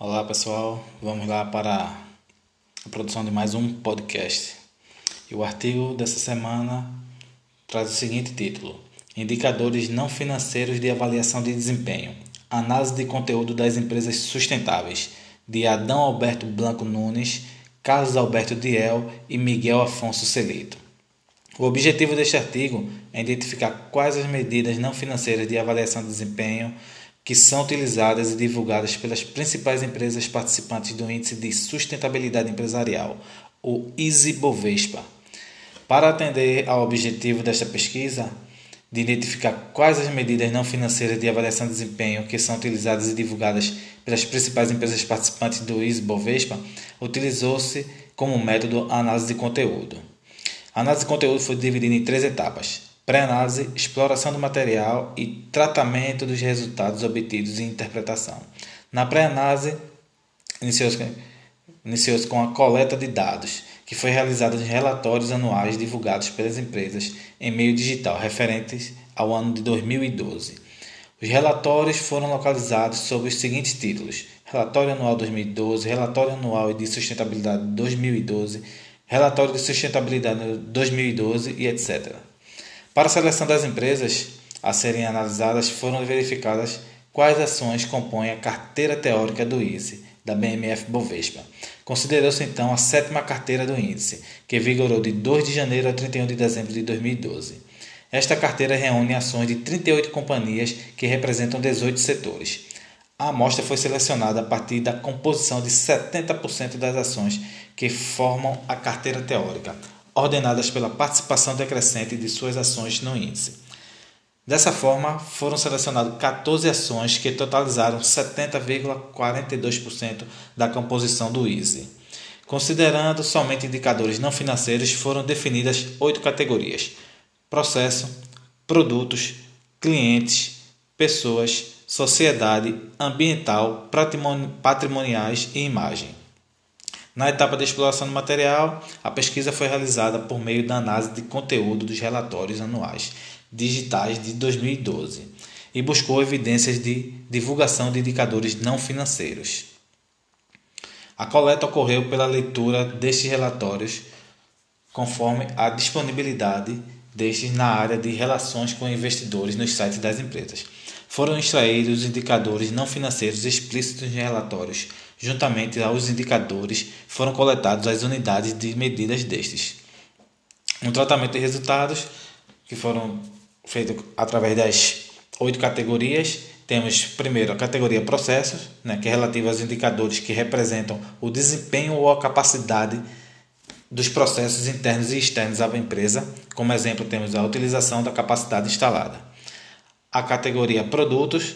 Olá pessoal, vamos lá para a produção de mais um podcast. E o artigo dessa semana traz o seguinte título: Indicadores não financeiros de avaliação de desempenho. Análise de conteúdo das empresas sustentáveis, de Adão Alberto Blanco Nunes, Carlos Alberto Diel e Miguel Afonso Celito. O objetivo deste artigo é identificar quais as medidas não financeiras de avaliação de desempenho que são utilizadas e divulgadas pelas principais empresas participantes do Índice de Sustentabilidade Empresarial, o ISE-Bovespa. Para atender ao objetivo desta pesquisa, de identificar quais as medidas não financeiras de avaliação de desempenho que são utilizadas e divulgadas pelas principais empresas participantes do ISE-Bovespa, utilizou-se como método a análise de conteúdo. A análise de conteúdo foi dividida em 3 etapas: pré-análise, exploração do material e tratamento dos resultados obtidos e interpretação. Na pré-análise, iniciou-se com a coleta de dados, que foi realizada em relatórios anuais divulgados pelas empresas em meio digital referentes ao ano de 2012. Os relatórios foram localizados sob os seguintes títulos: Relatório Anual 2012, Relatório Anual de Sustentabilidade 2012, Relatório de Sustentabilidade 2012 e etc. Para a seleção das empresas a serem analisadas, foram verificadas quais ações compõem a carteira teórica do índice da BMF-Bovespa. Considerou-se então a 7ª carteira do índice, que vigorou de 2 de janeiro a 31 de dezembro de 2012. Esta carteira reúne ações de 38 companhias que representam 18 setores. A amostra foi selecionada a partir da composição de 70% das ações que formam a carteira teórica, ordenadas pela participação decrescente de suas ações no índice. Dessa forma, foram selecionadas 14 ações que totalizaram 70,42% da composição do índice. Considerando somente indicadores não financeiros, foram definidas 8 categorias: processo, produtos, clientes, pessoas, sociedade, ambiental, patrimoniais e imagem. Na etapa de exploração do material, a pesquisa foi realizada por meio da análise de conteúdo dos relatórios anuais digitais de 2012 e buscou evidências de divulgação de indicadores não financeiros. A coleta ocorreu pela leitura destes relatórios conforme a disponibilidade destes na área de relações com investidores nos sites das empresas. Foram extraídos os indicadores não financeiros explícitos em relatórios. Juntamente aos indicadores, foram coletados as unidades de medidas destes. No tratamento de resultados, que foram feitos através das 8 categorias, temos primeiro a categoria processos, que é relativa aos indicadores que representam o desempenho ou a capacidade dos processos internos e externos à empresa. Como exemplo, temos a utilização da capacidade instalada. A categoria produtos,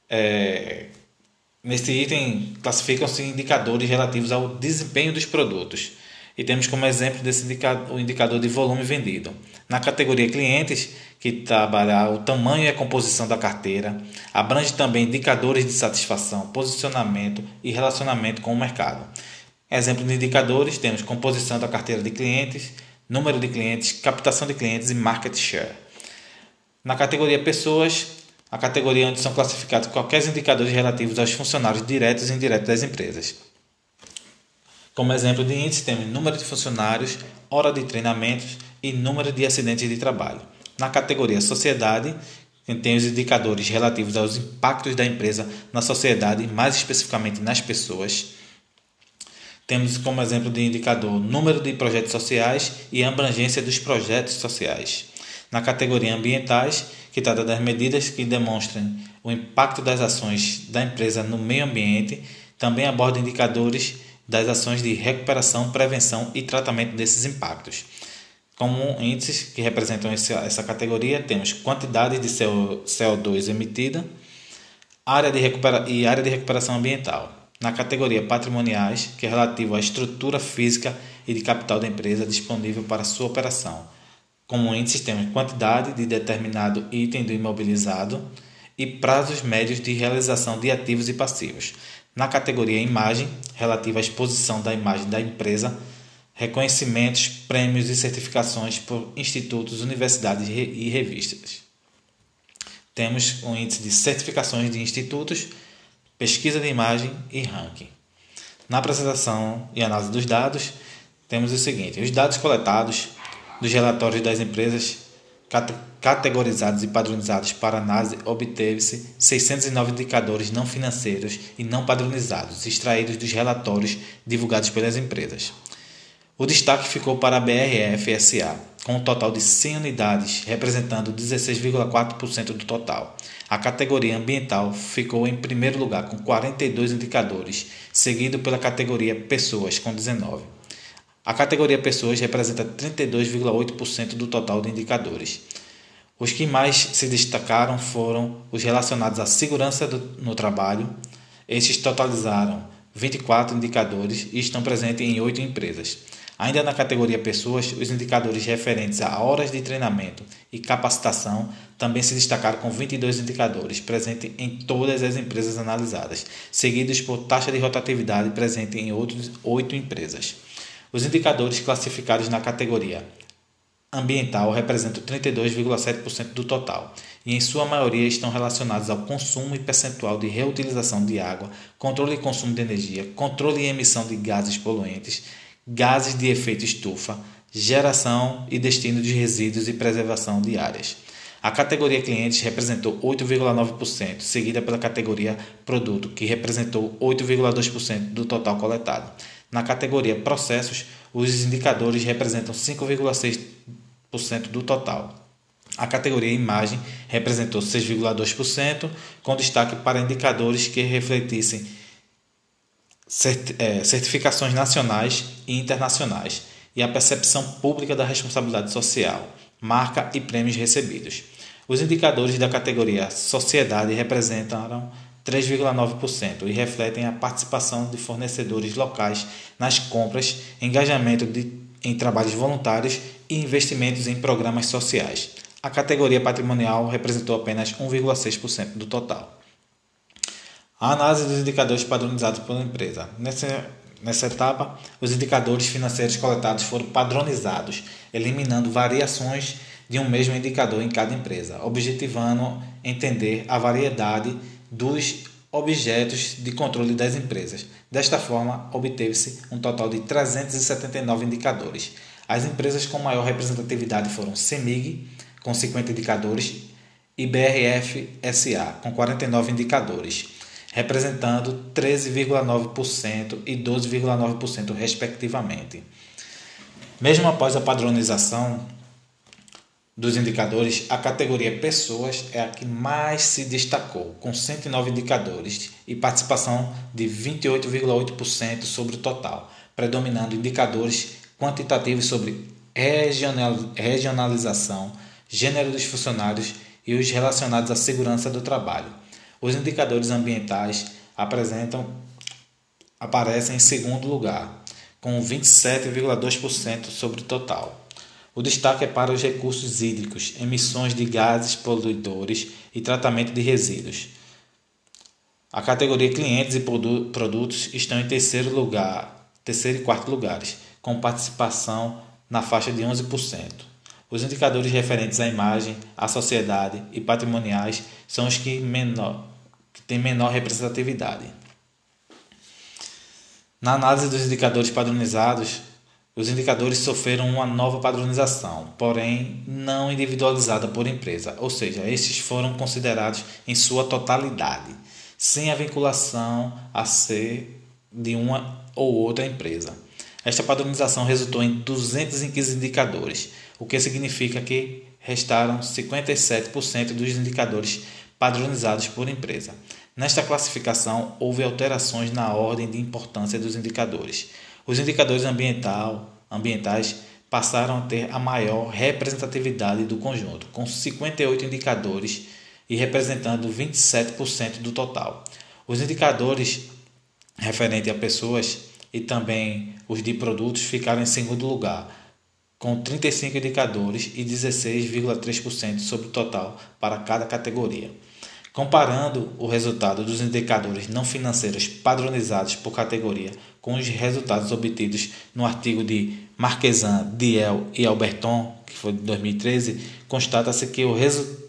neste item classificam-se indicadores relativos ao desempenho dos produtos. E temos como exemplo desse o indicador de volume vendido. Na categoria clientes, que trabalha o tamanho e a composição da carteira, abrange também indicadores de satisfação, posicionamento e relacionamento com o mercado. Exemplo de indicadores, temos composição da carteira de clientes, número de clientes, captação de clientes e market share. Na categoria pessoas, a categoria onde são classificados quaisquer indicadores relativos aos funcionários diretos e indiretos das empresas. Como exemplo de índice, temos número de funcionários, hora de treinamentos e número de acidentes de trabalho. Na categoria sociedade, tem os indicadores relativos aos impactos da empresa na sociedade, mais especificamente nas pessoas. Temos como exemplo de indicador número de projetos sociais e abrangência dos projetos sociais. Na categoria ambientais, que trata das medidas que demonstram o impacto das ações da empresa no meio ambiente, também aborda indicadores das ações de recuperação, prevenção e tratamento desses impactos. Como índices que representam essa categoria, temos quantidade de CO2 emitida área de recuperação ambiental. Na categoria patrimoniais, que é relativo à estrutura física e de capital da empresa disponível para sua operação. Como índices, temos quantidade de determinado item do imobilizado e prazos médios de realização de ativos e passivos. Na categoria imagem, relativa à exposição da imagem da empresa, reconhecimentos, prêmios e certificações por institutos, universidades e revistas. Temos um índice de certificações de institutos, pesquisa de imagem e ranking. Na apresentação e análise dos dados, temos o seguinte: os dados coletados dos relatórios das empresas categorizados e padronizados para análise, obteve-se 609 indicadores não financeiros e não padronizados, extraídos dos relatórios divulgados pelas empresas. O destaque ficou para a BRF-SA, com um total de 100 unidades, representando 16,4% do total. A categoria ambiental ficou em primeiro lugar, com 42 indicadores, seguido pela categoria Pessoas, com 19. A categoria Pessoas representa 32,8% do total de indicadores. Os que mais se destacaram foram os relacionados à segurança no trabalho. Estes totalizaram 24 indicadores e estão presentes em 8 empresas. Ainda na categoria Pessoas, os indicadores referentes a horas de treinamento e capacitação também se destacaram com 22 indicadores presentes em todas as empresas analisadas, seguidos por taxa de rotatividade presente em outras 8 empresas. Os indicadores classificados na categoria ambiental representam 32,7% do total e, em sua maioria, estão relacionados ao consumo e percentual de reutilização de água, controle e consumo de energia, controle e emissão de gases poluentes, gases de efeito estufa, geração e destino de resíduos e preservação de áreas. A categoria clientes representou 8,9%, seguida pela categoria produto, que representou 8,2% do total coletado. Na categoria processos, os indicadores representam 5,6% do total. A categoria imagem representou 6,2%, com destaque para indicadores que refletissem certificações nacionais e internacionais e a percepção pública da responsabilidade social, marca e prêmios recebidos. Os indicadores da categoria sociedade representaram 3,9% e refletem a participação de fornecedores locais nas compras, engajamento em trabalhos voluntários e investimentos em programas sociais. A categoria patrimonial representou apenas 1,6% do total. A análise dos indicadores padronizados pela empresa. Nessa etapa, os indicadores financeiros coletados foram padronizados, eliminando variações de um mesmo indicador em cada empresa, objetivando entender a variedade dos objetos de controle das empresas. Desta forma, obteve-se um total de 379 indicadores. As empresas com maior representatividade foram CEMIG, com 50 indicadores, e BRF-SA, com 49 indicadores, representando 13,9% e 12,9% respectivamente. Mesmo após a padronização dos indicadores, a categoria Pessoas é a que mais se destacou, com 109 indicadores e participação de 28,8% sobre o total, predominando indicadores quantitativos sobre regionalização, gênero dos funcionários e os relacionados à segurança do trabalho. Os indicadores ambientais aparecem em segundo lugar, com 27,2% sobre o total. O destaque é para os recursos hídricos, emissões de gases poluidores e tratamento de resíduos. A categoria clientes e produtos estão em terceiro e quarto lugares, com participação na faixa de 11%. Os indicadores referentes à imagem, à sociedade e patrimoniais são os que têm menor representatividade. Na análise dos indicadores padronizados, os indicadores sofreram uma nova padronização, porém não individualizada por empresa, ou seja, estes foram considerados em sua totalidade, sem a vinculação a ser de uma ou outra empresa. Esta padronização resultou em 215 indicadores, o que significa que restaram 57% dos indicadores padronizados por empresa. Nesta classificação, houve alterações na ordem de importância dos indicadores. Os indicadores ambientais passaram a ter a maior representatividade do conjunto, com 58 indicadores e representando 27% do total. Os indicadores referentes a pessoas e também os de produtos ficaram em segundo lugar, com 35 indicadores e 16,3% sobre o total para cada categoria. Comparando o resultado dos indicadores não financeiros padronizados por categoria com os resultados obtidos no artigo de Marquesan, Diel e Alberton, que foi de 2013, constata-se que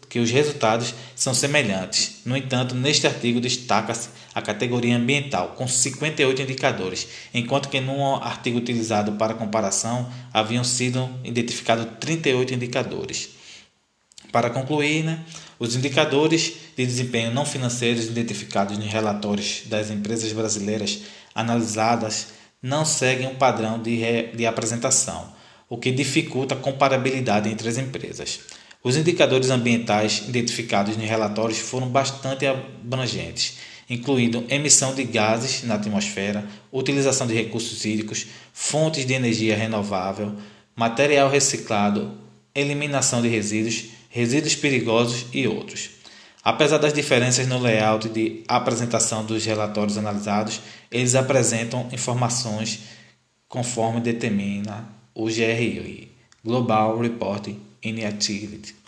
que os resultados são semelhantes. No entanto, neste artigo destaca-se a categoria ambiental, com 58 indicadores, enquanto que no artigo utilizado para comparação haviam sido identificados 38 indicadores. Para concluir, os indicadores de desempenho não financeiros identificados nos relatórios das empresas brasileiras analisadas não seguem um padrão de apresentação, o que dificulta a comparabilidade entre as empresas. Os indicadores ambientais identificados nos relatórios foram bastante abrangentes, incluindo emissão de gases na atmosfera, utilização de recursos hídricos, fontes de energia renovável, material reciclado, eliminação de resíduos, resíduos perigosos e outros. Apesar das diferenças no layout de apresentação dos relatórios analisados, eles apresentam informações conforme determina o GRI, Global Reporting Initiative.